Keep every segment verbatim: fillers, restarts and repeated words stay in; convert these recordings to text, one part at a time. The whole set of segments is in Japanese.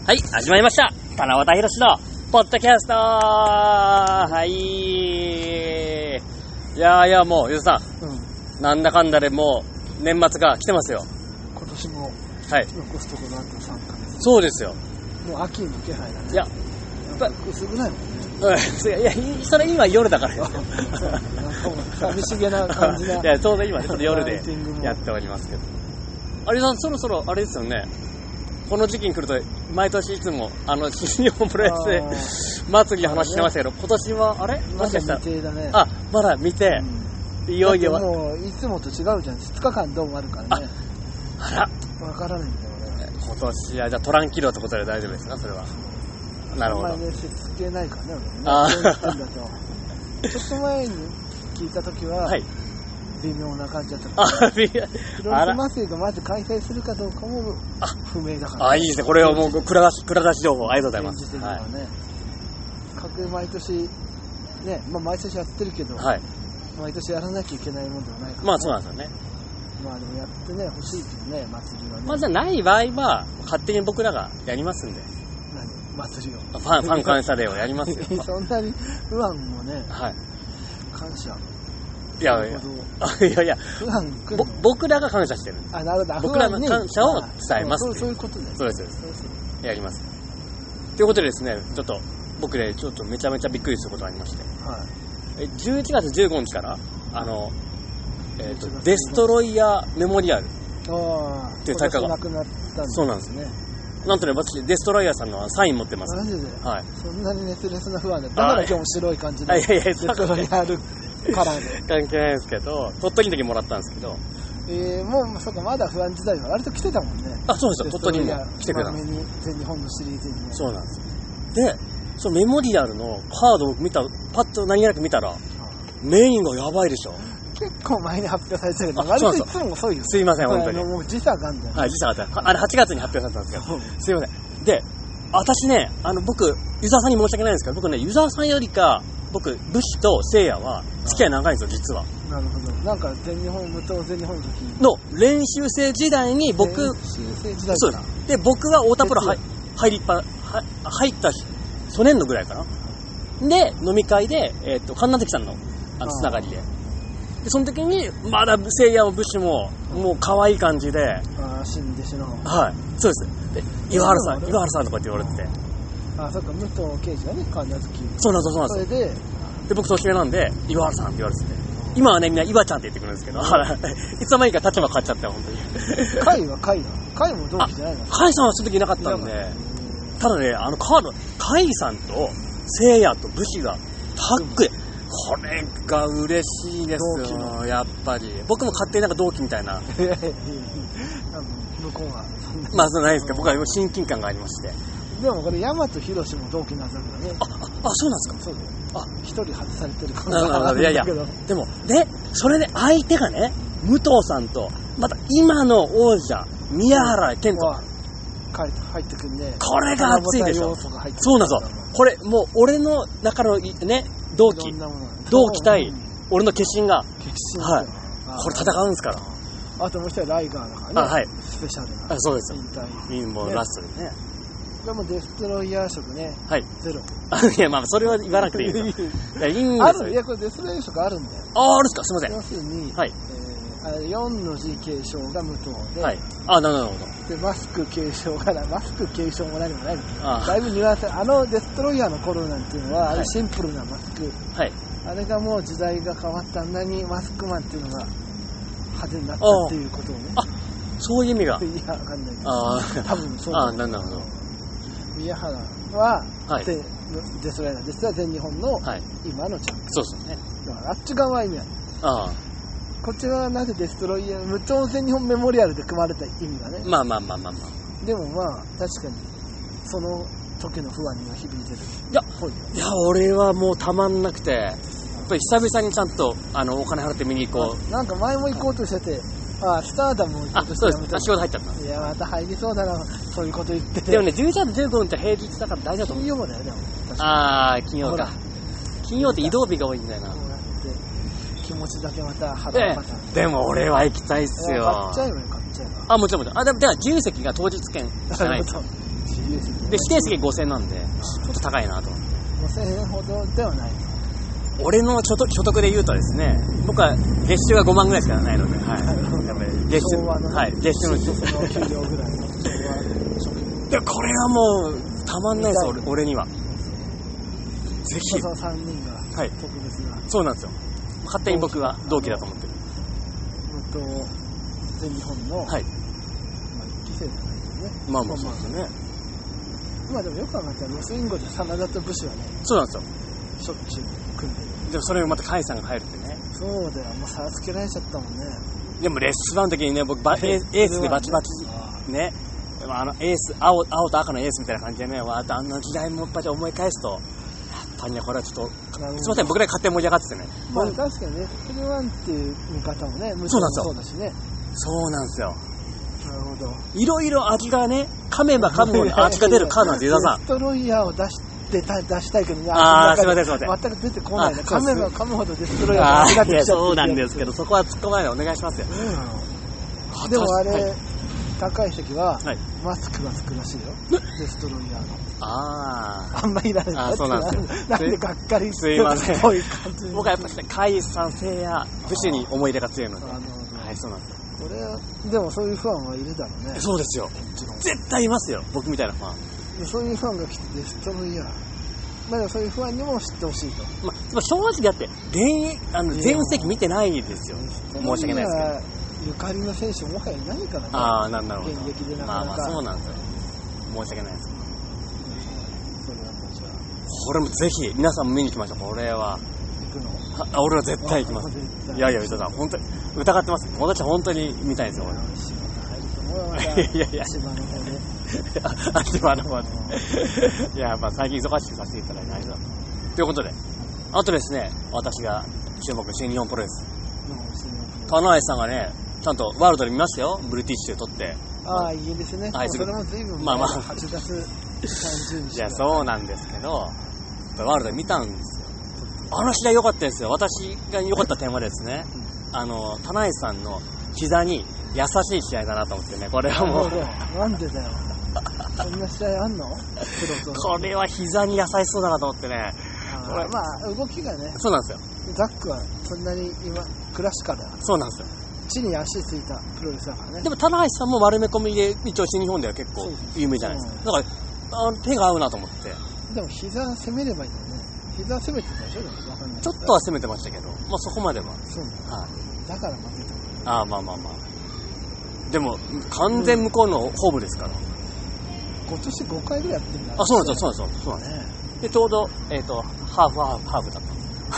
はい、始まりました。七夕ひろしのポッドキャスト。はい。いやいや、もうゆうさん、うん、なんだかんだでもう年末が来てますよ。 今年もはい。 残すところあとさんかげつ。 そうですよ。 もう秋の気配だね。 いや、 やっぱ薄暗いもんね。 いや、それ今夜だからですよ。 なんかもう寂しげな感じが。 いや、ちょうど今ちょっと夜でやっておりますけど。あれさん、そろそろあれですよね。この時期に来ると毎年いつもあの新日本プロレス祭りの話してましたけど、今年はあれもしかしたら未定だね。 あ、まだ未定、うん、いよいよはもういつもと違うじゃん。ふつかかんドームあるからね。 あ、あらわからないんだよね。 今年はじゃあトランキロってことで大丈夫ですか、それは。なるほど。 あんまりね、しつけないからね、俺ね。 あちょっと前に聞いたときは、はい、微妙な感じだったから、ね。プロレス祭りがまず開催するかどうかも不明だから、ね。 あ、いいですね。これはもう蔵出し、蔵出し情報ありがとうございます。 ね、はい、各毎年、ね、まあ毎年やってるけど、はい、毎年やらなきゃいけないもんではないから、ね。 まあそうなんですよね。 まあでもやってね、欲しいけどね、祭りはね。 まあじゃない場合は、勝手に僕らがやりますんで。 祭りを。 ファン、ファン感謝デーをやりますよ。 そんなに不安もね、 はい。 感謝。 いやいや、いやいや、ぼ僕らが感謝してる。 あ、なるほど。 僕らの感謝を伝えます。 そう、そういうことね。 そうです、そうです。やります。ということでですね、ちょっと、僕ね、ちょっとめちゃめちゃびっくりすることがありまして。はい。じゅういちがつじゅうごにちから、あの、えっと、デストロイヤーメモリアル。 ああ。 っていう大会が。 なくなったんですね。 そうなんですね。なんとね、私、デストロイヤーさんのサイン持ってます。 マジで？ はい。 そんなに熱烈なファンで。だから今日も白い感じで。 いやいや、デストロイヤーカラーで。 関係ないですけど、鳥取の時もらったんですけど。 えー、もう、そうか、まだ不安時代は割と来てたもんね。あ、 そうですよ。鳥取にも来てくれたんです。 全日本のシリーズにね。 そうなんですよ。で、そのメモリアルのカードを見た、パッと何気なく見たら、メインがやばいでしょ。 結構前に発表されてるけど、割といつも遅いよ。 すいません、本当に。 もう時差があるんだよ。 はい、時差があった。あれはちがつに発表されたんですけど、すいません。で、私ね、あの、僕、ユザーさんに申し訳ないんですけど、僕ね、ユザーさんよりか、僕、武士と聖夜は付き合い長いんですよ、実は。 なるほど。なんか、全日本、無党全日本の時の練習生時代に僕、 練習生時代そうです。で、僕は太田プロ入入りっぱ、は入った初年度ぐらいかな。で、飲み会で、えっと、神奈月さんの、あの、つながりで。で、その時に、まだ聖夜も武士も、もう可愛い感じで。 ああ、新弟子の。 はい。そうです。で、岩原さん、岩原さんとかって言われてて。 ああ、そっか、武藤敬司がね、神奈月。 そうなんです、そうなんです。 それで、 で、僕年上なんで、岩原さんって言われてて。今はね、みんな岩ちゃんって言ってくるんですけど、いつの間にか立場変わっちゃったよ、本当に。 カイはカイだ。カイも同期じゃないの？ カイさんはその時いなかったんで、ただね、あのカード、カイさんと聖夜と武士がタッグで、これが嬉しいですよ、やっぱり。僕も勝手になんか同期みたいな。 向こうは。 まあ、そうないですけど、僕は親近感がありまして。 でもこれ、大和博士も同期なんだけどね。 あ、あ、あ、そうなんですか。 そうだよ。あ、一人外されてるかも。いやいや、でも、で、それで相手がね、武藤さんと、また今の王者、宮原健人。 入ってくるね。 これが熱いでしょ。そうなんですよ。これ、もう俺の中のね、同期、同期対俺の決心が、 決心はい。これ戦うんですから。 あともう一人はライガーだからね。 あ、はい。 スペシャルな。 あ、そうですよ。 引退。 もうラストでね。 でもデストロイヤー色ね。 はい。 ゼロ。 いや、まあ、それは言わなくていいですよ。いや、いいんですよ。 ある、いや、これデストロイヤー色あるんだよ。 ああ、あるんですか、すいません。 要するに、 はい。 よんの字継承が無糖で、 はい。あ、なるほど。 で、マスク継承がな、マスク継承も何もないの。だいぶニュアンス、あのデストロイヤーの頃なんていうのは、はい、あれシンプルなマスク。はい。あれがもう時代が変わったんだに、マスクマンっていうのが派手になったっていうことをね。 あ、そういう意味が。 いや、わかんないけど。 ああ、 多分そうだ。ああ、なるほど。 宮原は、 はい、 デストロイヤー実は全日本の今のチャンピオン。 そうですね。 だからあっち側は意味ある。 ああ。 こっちはなぜデストロイヤー、無糖全日本メモリアルで組まれた意味がね。 まあまあまあまあまあ。でもまあ、確かに、その時の不安には響いてる。 いや、いや、俺はもうたまんなくて、やっぱり久々にちゃんと、あの、お金払って見に行こう。 なんか前も行こうとしてて、あ、スターダムも行こうとしてあ、そうです。仕事入っちゃった。 いや、また入りそうだな、そういうこと言ってて。 でもね、じゅういちがつじゅうごにちは平日だから大丈夫だと思う。 金曜だよ、でも。 あー、金曜か。金曜って移動日が多いんだよな。 気持ちだけまた肌がまた、ええ、でも俺は行きたいっすよ。 買っちゃえばよ、買っちゃえば。 あ、もちろんもちろん。あ、でも、では自由席が当日券じゃないです。 自由席で指定席ごせんえんなんでちょっと高いなと思って。 ごせんえんほどではないと。 俺の所得、所得で言うとですね、僕は月収がごまんぐらいしかないので、はい。やっぱり月収の、はい、月収の給料ぐらいの昭和職員。 で、これはもう、たまんないです、俺、俺には。ぜひ。 そのさんにんが、特別な、はい。 そうなんですよ。勝手に僕は同期だと思ってる。 うんと、全日本の、はい。まあ、いっきせいじゃないけどね。 まあまあそうですよね。 まあでもよく考えたら、ロスインゴで真田と武士はね、 そうなんですよ。 しょっちゅう組んでる。 でもそれをまた甲斐さんが入るってね。 そうだよ、もう差つけられちゃったもんね。 でもレッスンの時にね、僕バエースでバチバチね、あのエース、青、青と赤のエースみたいな感じでね、わあの時代もやっぱり思い返すと、やっぱりね、これはちょっと、すみません、僕ら勝手に盛り上がっててね。 まあ確かにね、フルワンっていう見方もね、むしろそうだしね。 そうなんですよ。 なるほど。 いろいろ味がね、噛めば噛むほど味が出るカードなんですよ、ユダさん。 デストロイヤーを出して、出したいけどね。 ああ、すみません、すみません。 全く出てこないね。噛めば噛むほどデストロイヤーが味が出ちゃって。 そうなんですけど、そこは突っ込まないでお願いしますよ。 うん、でもあれ、はい、高い席は、はい、マスクがつくらしいよ。デストロイヤーの。 ああ。 あんまりいらない。 あそうなんですよ。 なんでがっかりすいません。 そういう感じ。 僕はやっぱりね、カイさん、聖夜、武士に思い入れが強いので。はい、そうなんですよ。 これは、でもそういうファンはいるだろうね。 そうですよ。絶対いますよ。僕みたいなファン。 そういうファンが来てデストロイヤー。まあでもそういうファンにも知ってほしいと。 まあ、正直だって、現あの全席見てないですよ。申し訳ないですけど。 ゆかりの選手もはやいないからね。 ああ、なんだろう。 現役でなかなか。 まあまあそうなんですよ。申し訳ないです。 それはもうじゃあ。 これもぜひ、皆さんも見に来ましょう。これは。 行くの？ あ、俺は絶対行きます。いやいや、宇多田さん、本当に、疑ってます。私は本当に見たいですよ、俺。いやいや。 千葉の方で。 あ、千葉の方で。いや、まあ最近忙しくさせていただいてありがとうございます。ということで、あとですね、私が注目新日本プロレス。田内さんがね、ちゃんとワールドで見ましたよ。ブリティッシュ取って。 ああ、いいですね。 はい、 それも随分、 まあまあ、 はちがつさんじゅうにち。 いや、そうなんですけど、ワールドで見たんですよ。あの試合良かったですよ。私が良かった点はですね、あの、田内さんの膝に優しい試合だなと思ってね、これはもう。 なんでだよ。そんな試合あんの？ これは膝に優しそうだなと思ってね。 これまあ、動きがね。 そうなんですよ。 ザックはそんなに今、クラシカルだ。 そうなんですよ。 地に足ついたプロレスだからね。 でも、棚橋さんも丸め込みで、一応新日本では結構有名じゃないですか。だから、あの手が合うなと思って。 でも、膝攻めればいいんだよね。膝攻めてたでしょ？でも分かんない。 ちょっとは攻めてましたけど、まあそこまでは。 そうなんだ。はい。だから負けた。 ああ、まあまあまあ。でも、完全向こうのホームですから。 今年ごかいぐらいやってるんだ。 あ、そうなんですよ、そうなんですよ。そうなんです。で、ちょうど、えっと、ハーフハーフ、ハーフだった。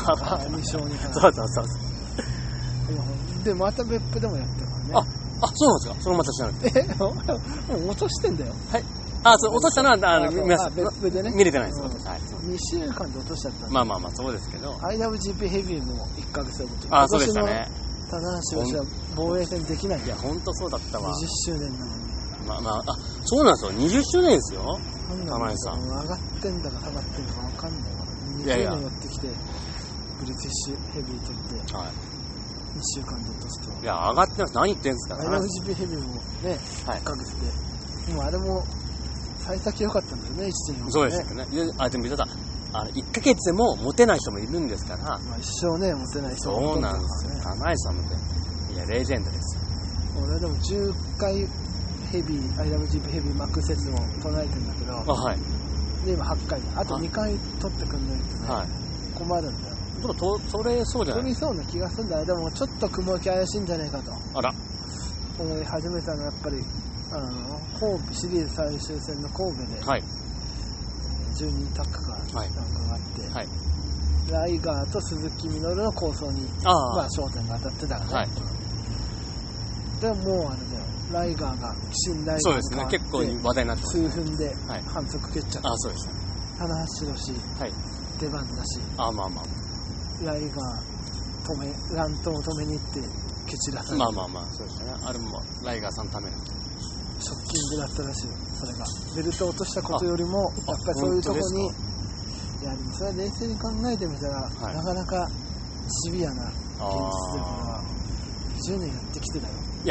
ハーフハーフ。 に勝に敗。 そうそうそう。 で、また別府でもやってるからね。 あ、あ、そうなんですか？そのまた知らなくて。 え、もう落としてんだよ。 はい。あ、そう、落としたのは、あの、皆さん、 別府でね。 見れてないですよ。はい。 にしゅうかんで落としちゃった。 まあまあまあ、そうですけど。 アイダブリュージーピー ヘビーもいっかげつで落とした。 あ、そうでしたね。 棚橋宏は防衛戦できない。 いや、ほんとそうだったわ。 にじゅっしゅうねんなのに。 まあまあ、あ、そうなんですよ。にじゅっしゅうねんですよ。棚橋さん。 上がってんだか下がってんだか分かんないわ。にじゅうねんやってきて、ブリティッシュヘビー取って、はい、にしゅうかんで落とすと。いや、上がってます。何言ってんすか。 アイダブリュージーピー ヘビーもね、はい、いっかげつで。でもあれも、幸先良かったんだよね、いちてんよん、ね。 そうですよね。あ、でも言ったら、あの、いっかげつでもモテない人もいるんですから。 まあ一生ね、モテない人もいるんですから。そうなんですよ。棚橋さんもね、いや、レジェンドですよ。 俺はでもじゅっかいヘビー、アイダブリュージーピー ヘビーマックス説を唱えてんだけど、 あ、はい。 で、今はちかいだ。あとにかい取ってくんないとね、はい、困るんだよ。 でもと、それそうじゃない？ 取りそうな気がするんだよ。でもちょっと雲行き怪しいんじゃないかと。 あら。 思い始めたのはやっぱり、あの、神戸、シリーズ最終戦の神戸で、はい、じゅうにタッグがなんかがあって、はい、ライガーと鈴木みのるの構想に、あまあ焦点が当たってたからね。はい、でももうあれだよ。ライガーが信頼そうですね、結構話題になってます、 ね、数分で反則蹴っちゃった。 あ、そうでした。 棚橋宏、はい、出番だし、 あ、まあまあ。 ライガー止め、乱闘を止めに行って蹴散らされまあまあまあ、そうでしたね。あれもライガーさんのためのショッキングだったらしいよ、それが。ベルトを落としたことよりも、やっぱりそういうところに、いや、でもそれは冷静に考えてみたら、はい、なかなかシビアな現実だから、じゅうねんやってきてたよ。 いや、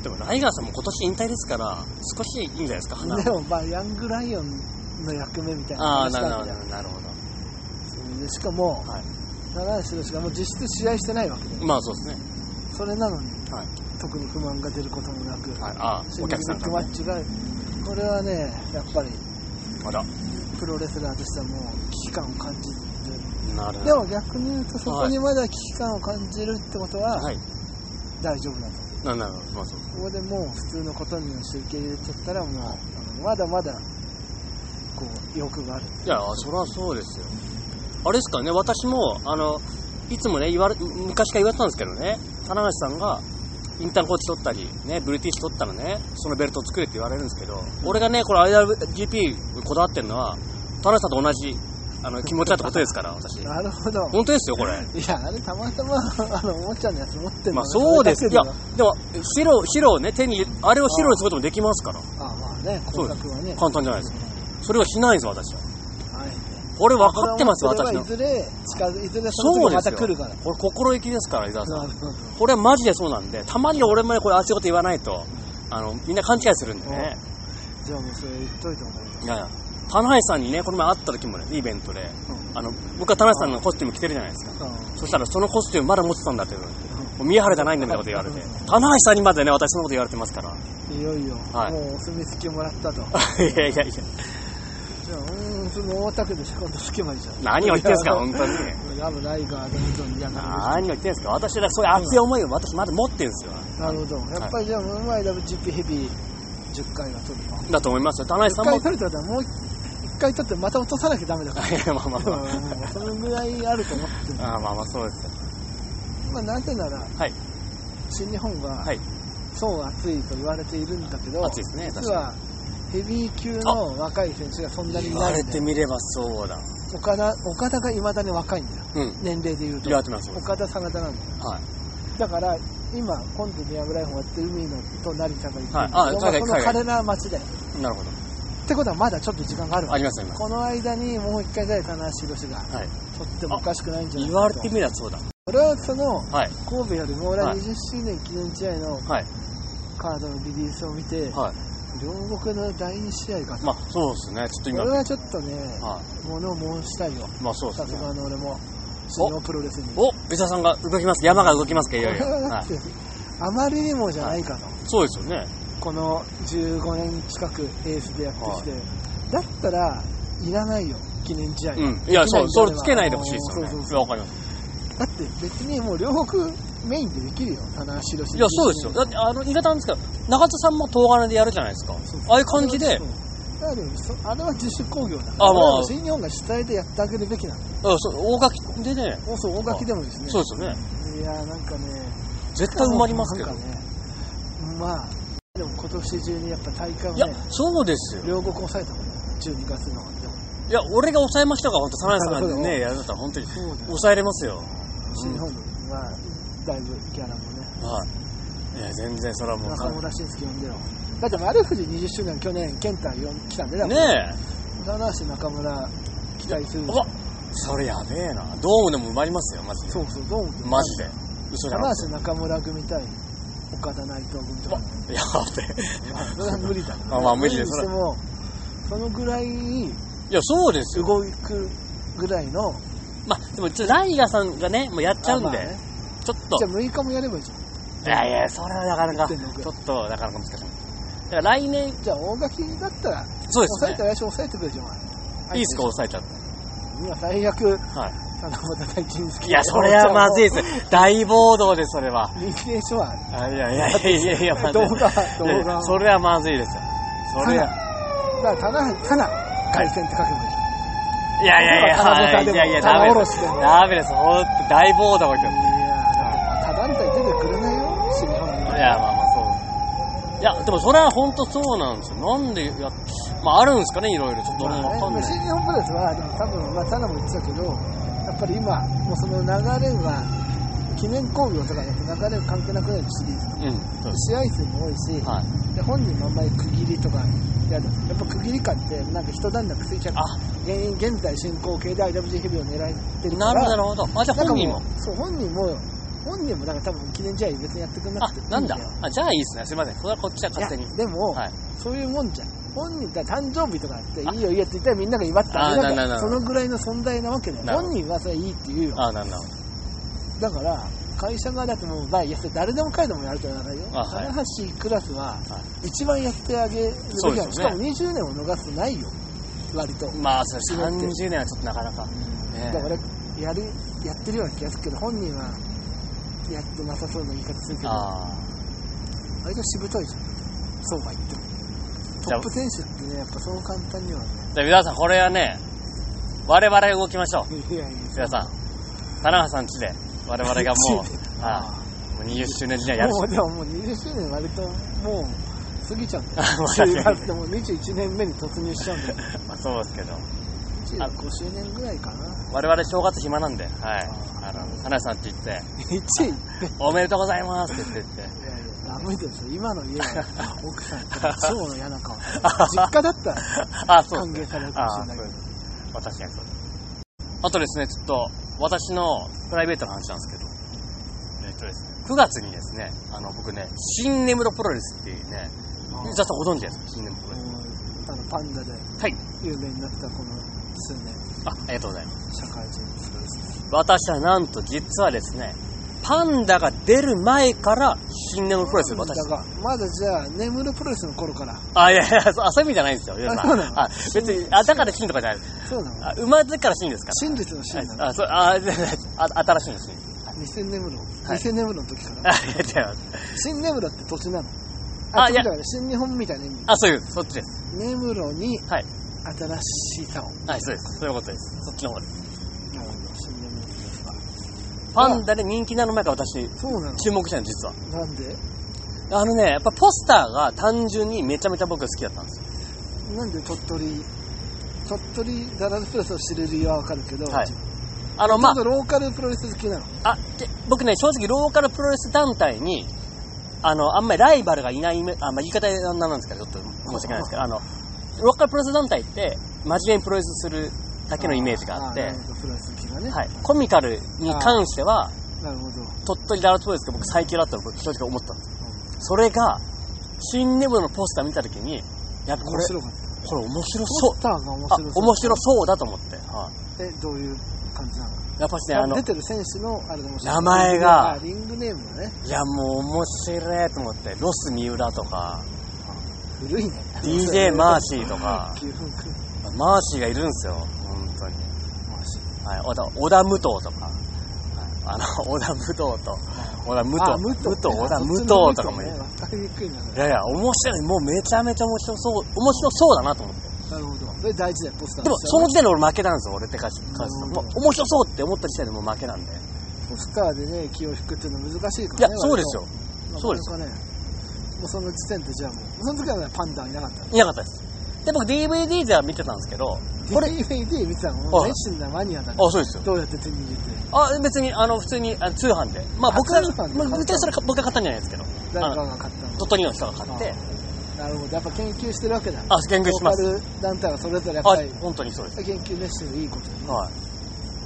でもライガーさんも今年引退ですから少しいいんじゃないですか。花でもまあヤングライオンの役目みたいなああ話なるほどなんで、 なるほど。 でしかも、 はい、 棚橋宏がもう実質試合してないわけで、 まあそうですね。 それなのに、 はい、 特に不満が出ることもなく、 はい、ああお客さんから、ね、マッチがこれはねやっぱりあらプロレスラーとしてはもう危機感を感じる。 なるほど。 でも逆に言うとそこにまだ危機感を感じるってことは、はい、大丈夫だと。 なるほど、まあ、そうここでもう普通のことにして受け入れとったらもう、はい、あのまだまだこう欲がある。 いやそりゃそうですよ。あれですかね、私もあのいつもね言われ昔から言われてたんですけどね、棚橋さんがインターンコーチ取ったりねブルーティッシュ取ったらねそのベルトを作れって言われるんですけど、俺がねこれ アイダブリュージーピー こだわってるのは棚橋さんと同じあの気持ちだってことですから私。 なるほど。 本当ですよこれ。 いやあれたまたまあのおもちゃのやつ持ってるの。 まあそうです。いやでも白白をね手にあれを白にすることもできますから。 ああまあね光沢はね簡単じゃないですか。それはしないんです私は。 はい。 これ分かってます私の。 いずれ近づいずれその時また来るから。 これ心意気ですから伊沢さん。これはマジでそうなんで、たまに俺もこれ熱いこと言わないとあのみんな勘違いするんでね。 じゃあもうそれ言っといてもらえる。 いやいや。棚橋さんにねこの前会った時もねイベントで、うん、あの僕は棚橋さんのコスチューム着てるじゃないですか。そしたらそのコスチュームまだ持ってたんだっていう、もう見え張れじゃないんだみたいなこと言われて、棚橋さんにまでね私のこと言われてますから。 いよいよ、はい、もうお墨付きをもらったと。 いやいやいや。じゃあうんその大田区で今度好きまいじゃん。 何を言ってんすか本当に。 ラブライガーで本当に嫌な。 何を言ってんすか。私はそういう熱い思いを私まだ持ってるんですよ。 なるほど。やっぱりじゃあうまい ダブリュージーピー ヘビーじゅっかいは取るか。 だと思いますよ。棚橋さんも。 いっかい取れたらもう一回取ってまた落とさなきゃダメだから。いやまあまあまあ。そのぐらいあると思ってる。 ああまあまあそうですよ。 まあなぜなら、はい、新日本は、はい、そう熱いと言われているんだけど、 熱いですね。 実はヘビー級の若い選手がそんなにいないんで。言われてみればそうだ。 岡田岡田がいまだに若いんだよ。うん、年齢でいうと。 言われてます。 岡田真田なんだよ。はい。だから今今度ニアブライフン終わって海のと成田がいて、はい、ああこの彼ら町で。 なるほど。 ってことはまだちょっと時間があるわけ。 ありますよね。 この間にもう一回ぐらい棚橋宏が、はい、とってもおかしくないんじゃないかと。 言われてみればそうだ。 俺はその、はい、神戸よりも俺はにじゅっしゅうねん記念試合のカードのリリースを見て、はい、両国のだいに試合かと。 まあそうですね。ちょっと今。 俺はちょっとね、はい、物を申したいよ。 まあそうですね。 さすがの俺も新日本プロレスに。 お、ベサさんが動きます。山が動きますかいよいよ。 はい、あまりにもじゃないかと。はい、 そうですよね。 このじゅうごねん近くエースでやってきて、はい、だったらいらないよ記念試合、うん、 いやそうそれつけないでほしいですよね。そうそうそう、わかります。 だって別にもう両国メインでできるよ棚橋宏。 いやそうですよ。だってあの言い方なんですけど中津さんも東金でやるじゃないですか。そうそう、ああいう感じで。 だからあれは自主興行だから、あ、まあ、新日本が主体でやってあげるべきなの。 あ、そう大垣でね。 そう大垣でもですね。 そうですよね。 いやなんかね絶対埋まりますけどね。 まあでも今年中にやっぱ大会をね、 いやそうですよ。 両国抑えたもんねじゅうにがつの。でもいや俺が抑えましたから本当真田さんがねやるんだったら本当に抑えれますよ。 新日本はだいぶギャラもね。 はい。いや全然それはもう中村慎介呼んでよ。だって丸藤にじゅっしゅうねん去年健太来たんでね。 ねえ。棚橋中村期待する。 あ、それやべえな。ドームでも埋まりますよマジで。 そうそうドームで。 マジで。嘘じゃなくて。棚橋中村組対岡田内藤組とか。 やべえ。 まあそれは無理だね。 あまあ無理です。 それもそのぐらい。いやそうですよ。 動くぐらいの。 まあでもちょっとライガーさんがねもうやっちゃうんで、ね、ちょっと。 じゃあむいかもやればいいじゃん。 いやいやそれはなかなかちょっとなかなか難しい。だから来年じゃあ大垣だったらそうですね。 抑えて来週抑えてくるじゃん。 いいっすか抑えちゃって。 今最悪。はい。七夕大金介。 いやそれはまずいです。大暴動ですそれは。 認定書は。 あいやいやいやいやいやまずい。 動画動画。 それはまずいですよ。それは。 だから棚棚凱旋って書けばいい。 いやいやいやいやいやダメです。ダメです。ほんと大暴動が起きてる。 いや他団体出てくれないよ新日本に。 いやまあまあそう。いやでもそれは本当そうなんですよ。なんでやまああるんですかねいろいろちょっと俺もわかんない。 新日本プロレスはでも多分まあタナも言ってたけどやっぱり今もうその流れは記念興行とかだと流れ関係なくなるシリーズとか、うん、試合数も多いし、はい、で本人もあんまり区切りとかやるやっぱ区切り感ってなんか一段落ついちゃう。現現在進行形で アイダブリュージー ヘビーを狙ってるから。 なるほどなるほど。あじゃあ本人もそう本人も本人もだから多分記念試合別にやってくんなくていいんだよ。 あ、なんだ。あ、じゃあいいですね。すいません。これはこっちは勝手に。 でも、はい、そういうもんじゃん。本人が誕生日とかあっていいよいいよって言ったらみんなが祝ってあげなきゃそのぐらいの存在なわけで、本人はそれいいって言うよ。 あ、なんだ。 だから会社側だってもうバイ、いや誰でも彼でもやるとはならないよ。棚橋クラスは一番やってあげるべきなの。しかもにじゅうねんを逃すとないよ。割と。 まあそれさんじゅうねんはちょっとなかなか。 ね、だからやるやってるような気がするけど本人はやってなさそうな言い方するけど、割としぶといじゃん。そうは言っても。トップ選手ってねやっぱそう簡単にはね。 じゃあ皆さんこれはね我々動きましょう。いやいや皆さん棚橋さん家で我々がもうああもうにじゅっしゅうねん時代やるし。 もうでももうにじゅっしゅうねん割ともう過ぎちゃうんだよ。中学でもにじゅういちねんめに突入しちゃうんだよ。 まあそうですけど。 にじゅうごしゅうねんぐらいかな。 我々正月暇なんで、はい。あの棚橋さんって言っていちいおめでとうございますって言って。いやいやダメですよ。今の家は奥さんと超の嫌な顔。実家だったらあそう歓迎されるかもしれないけど。 まあ確かにそうです。あとですね、ちょっと私のプライベートの話なんですけど、えっとですね、くがつにですね、あの僕ね、新根室プロレスっていうね、皆さんご存知ですか、新根室プロレス。 あのパンダで有名になったこの数年。 あ、ありがとうございます。 社会人プロレス。 私はなんと実はですね、パンダが出る前から新根室プロレスで私がまだじゃあ根室プロレスの頃から。 あ、いやいや、そういう意味じゃないんですよ。皆さん。あ、あ別にあだから新とかじゃないです。 そうなの。 あ生まれてから新ですから。 真実の真なの。 あ、そう、あ、あ新しいの新。 にせんねん室、はい、にせんねん室の時から。 あ、いや違います。 新根室って土地なの。あ、いや新日本みたいな意味。 あ、そういう、そっちです。 根室にはい新しさを。 はい、そうです。そういうことです。そっちの方です。 なるほど。新根室ですか。 パンダで人気なの前から私、 そうなの。 注目したの実は。 なんで？ あのね、やっぱポスターが単純にめちゃめちゃ僕好きだったんですよ。 なんで鳥取、鳥取ダラスプロレスを知る理由はわかるけど、はい。 あの、まあ、 ちょっとローカルプロレス好きなの？ あ、で僕ね、正直ローカルプロレス団体に、あの、あんまりライバルがいない、あ、まあ、言い方なんですけど、ちょっと申し訳ないですけど、あの、ローカルプロレス団体って、真面目にプロレスするだけのイメージがあって、 プロレス好きがね。 はい。コミカルに関しては、 なるほど。 鳥取ダラスプロレスが僕最強だったと僕正直思ったんですよ。うん、それが、新根室のポスター見たときに、やっぱこれ、これ面白そう。 ポスターが面白そう。 あ、面白そうだと思って。はい、 え、どういう感じなの？ やっぱしね、あの、 出てる選手の、あれで面白い。 名前が、 リングネームがね。 いや、もう面白いと思って、ロス三浦とか、 古いね。 ディージェー マーシーとか、マーシーがいるんですよ、本当に。 マーシー。 はい、小田、小田武藤とか、はい、あの、小田武藤と、小田武藤、武藤、小田武藤とかもいる。いやいや、面白い、もうめちゃめちゃ面白そう、面白そうだなと思って。 なるほど。それ大事だよ、ポスター。 でも、その時点で俺負けたんですよ、俺って感じ。もう面白そうって思った時点でもう負けなんで。 ポスターでね、気を引くっていうのは難しいからね。 いや、そうですよ。そうですよ。 ね、もうその時点でじゃあもう、その時は、ね、パンダはいなかった。 いなかったです。で、僕 ディーブイディー では見てたんですけど、 これ ディーブイディー 見てたのもう熱心なマニアだから。 あ、そうですよ。 どうやって手に入れて。 あ、別に、あの、普通にあ通販で。まあ僕が、まあ、別にそれ僕が買ったんじゃないですけど。 誰かが買ったの？ 鳥取の人が買って。 なるほど。やっぱ研究してるわけだ。 あ、研究します。 ローカル団体はそれぞれやっぱり。 本当にそうです。 研究熱心でいいことだね。 はい。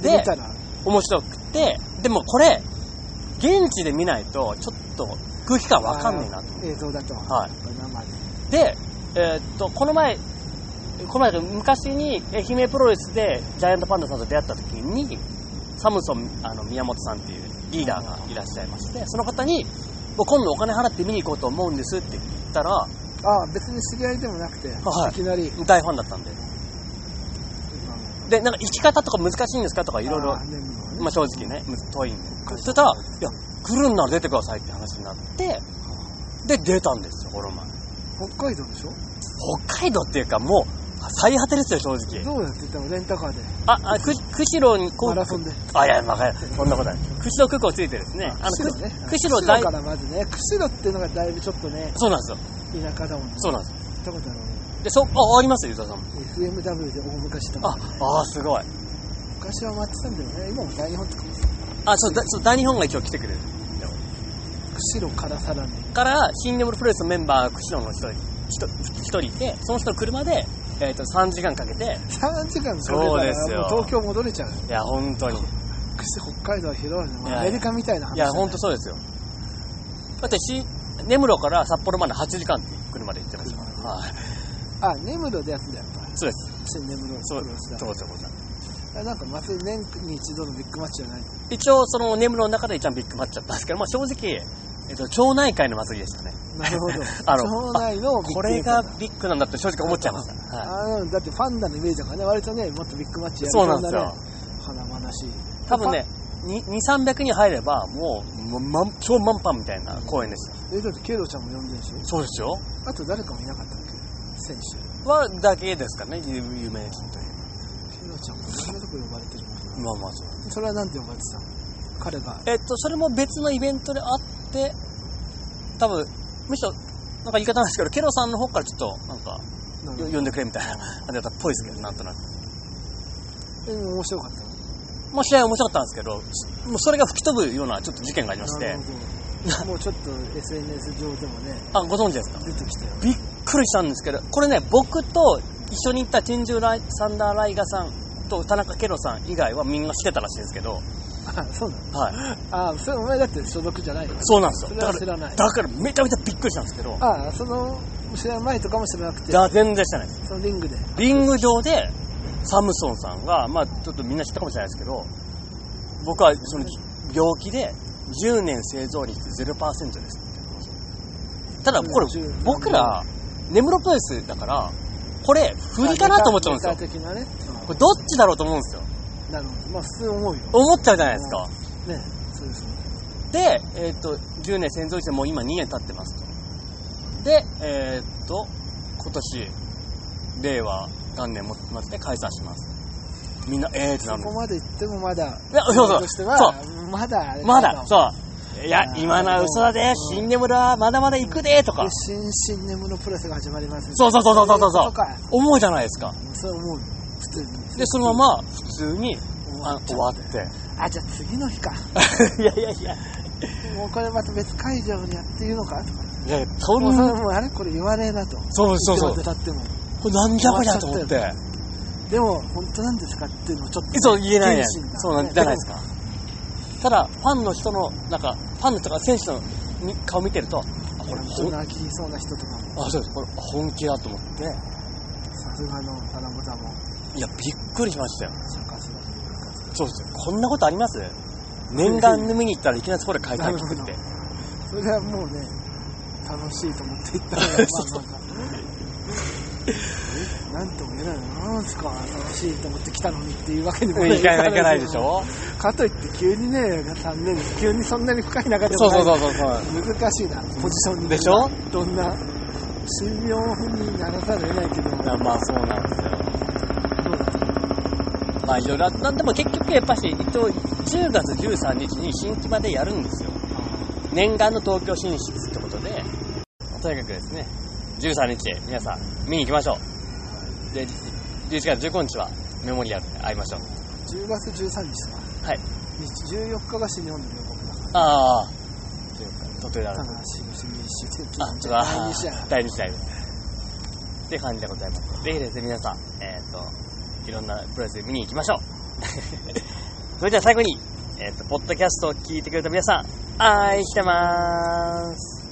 で、面白くて、でもこれ、現地で見ないと、ちょっと空気感わかんないなと思って。 映像だと。 はい。 生で。で、えー、っと、この前、この前、昔に愛媛プロレスでジャイアントパンダさんと出会った時に、サムソンあの宮本さんっていうリーダーがいらっしゃいまして、その方に、今度お金払って見に行こうと思うんですって言ったら、ああ、別に知り合いでもなくて、はい、いきなり大ファンだったんで。で、なんか生き方とか難しいんですかとかいろいろ、まあ正直ね、遠いんで。そしたら、いや、来るんなら出てくださいって話になって、で、出たんですよ、この前。 北海道でしょ？ 北海道っていうかもう、最果てですよ、正直。 どうやって言ったの？レンタカーで。 あ、あ、く、釧路にこう。 マラソンで。 あ、いや、まあ、そんなことない。釧路空港ついてですね。 あの、釧路ね。 釧路大。釧路からまずね、釧路っていうのがだいぶちょっとね。 そうなんですよ。 田舎だもんね。 そうなんですよ。 行ったことあるね。 で、そ、あ、ありますよ、ゆうたさんも。 エフエムダブリュー で大昔だもんね。 あ、あ、すごい。 昔は回ってたんだよね。今も大日本とかも。 あ、そう、だそう、大日本が一応来てくれる。 釧路からさらに。 から、新日本プロレスのメンバー、釧路の人、一人いて、その人の車で、えっと、さんじかんかけて。 さんじかんかけたらそうですよ。 もう東京戻れちゃう。 いや、本当に。 クして北海道は広いね。アメリカみたいな話、ね。 いや、ほんとそうですよ。だってし、根室から札幌まではちじかんって車で行ってました。はい。 あ、根室でやつだやっぱり。 そうです。 新根室プロレスだ。 そうですよ、これ。 なんか祭り年に一度のビッグマッチじゃない？ 一応その根室の中で一番ビッグマッチだったんですけど、まあ正直、えっと、町内会の祭りでしたね。 なるほど。 あの町内のビッグこれがビッグなんだって正直思っちゃいました。 はい、あだってファンダのイメージだからね、割とね、もっとビッグマッチやるそうなんですよ。 華々しい。 多分ね、にせんさんびゃくにん入れば、もう、ま、超満帆みたいな公演でした。 え、だってケイロちゃんも呼んでるでしょ？ そうですよ。 あと誰かもいなかったっけ？選手。 は、だけですかね、有名人という。 ケイロちゃんもいろんなとこ呼ばれてるもん。 まあまあそう。 それはなんで呼ばれてたの？彼が。 えっと、それも別のイベントであって、多分、むしろ、なんか言い方なんですけど、ケロさんの方からちょっと、なんか、呼んでくれみたいな感じだったっぽいですけど、なんとなく。 え、面白かったの？ まあ試合面白かったんですけど、もうそれが吹き飛ぶようなちょっと事件がありまして。 もうちょっと エスエヌエス 上でもね。 あ、ご存知ですか？ 出てきたよ。 びっくりしたんですけど、これね、僕と一緒に行った珍獣ライサンダーライガさんと田中ケロさん以外はみんな知ってたらしいんですけど。 あ、そうなの？ はい。 あ、それお前だって所属じゃないよね。 そうなんですよ。 それは知らない。 だから、だからめちゃめちゃびっくりしたんですけど。 あ、その、知らないとかも知らなくて。 じゃあ全然知らないです。 そのリングで。 リング上で、サムソンさんが、まあちょっとみんな知ったかもしれないですけど、僕はその病気でじゅうねん生存率 ゼロパーセント ですって言ってました。ただこれ僕ら根室プロレスだからこれ振りかなと思っちゃうんですよ。 的なね、うん、これどっちだろうと思うんですよ。 なるほど。まあ普通思うよ。 思っちゃうじゃないですか。 ね、そうですね。 で、えっとじゅうねん生存率でもう今にねん経ってますと。で、えー、っと今年令和元年もまずね解散します。みんなえーってなるんです。 そこまで言ってもまだ、 いや、そうそう。 としてはそうまだ、 まだ、そう。いや、今のは嘘だで、新根室はまだまだ行くで、とか。 新、新根室プロレスが始まります。 そうそうそうそうそうそう。思うじゃないですか。 そう思う。普通に。 で、そのまま、普通に、あ終わって。 あ、じゃあ次の日か。 いやいやいや。 もうこれまた別会場でやっているのかとか。 いや、そんな。もうあれこれ言わねえなと。 そうそうそう。 いつまで経っても。 これなんじゃこりゃと思って。 でも、本当なんですかっていうのをちょっと。 そう、言えないやん。そうなんじゃないですか。ただ、ファンの人の、なんか、ファンの人が選手の顔見てると、あ、 これ、本泣きそうな人とかも。 あ、そうです。これ、本気だと思って。 さすがの花ボタンも。 いや、びっくりしましたよ。そうですよ。こんなことあります？念願の見に行ったらいきなりそこで開催聞くって。 それはもうね、楽しいと思って行ったら、まあなんか。なんとも言えないのなんですか楽しいと思って来たのにっていうわけにもいかないでしょ。 かといって急にねさんねん急にそんなに深い中でもそうそうそうそう難しいなポジションでしょ。 どんな神妙にならざるを得ないけどまあそうなんですよ。まあいろいろなんでも結局やっぱし一応じゅうがつじゅうさんにちに新木場でやるんですよ。念願の東京進出ってことでとにかくですねじゅうさんにち皆さん見に行きましょう。で、じゅういちがつじゅうごにちはメモリアルで会いましょう。 じゅうがつじゅうさんにちか。はい。じゅうよっかが新日本の両国だから。ああ。じゅうよっか。途中である。あ、だいに試合。だいに試合です。って感じでございます。ぜひですね、皆さん、えっと、いろんなプロレス見に行きましょう。それでは最後に、えっと、ポッドキャストを聞いてくれた皆さん、愛してまーす。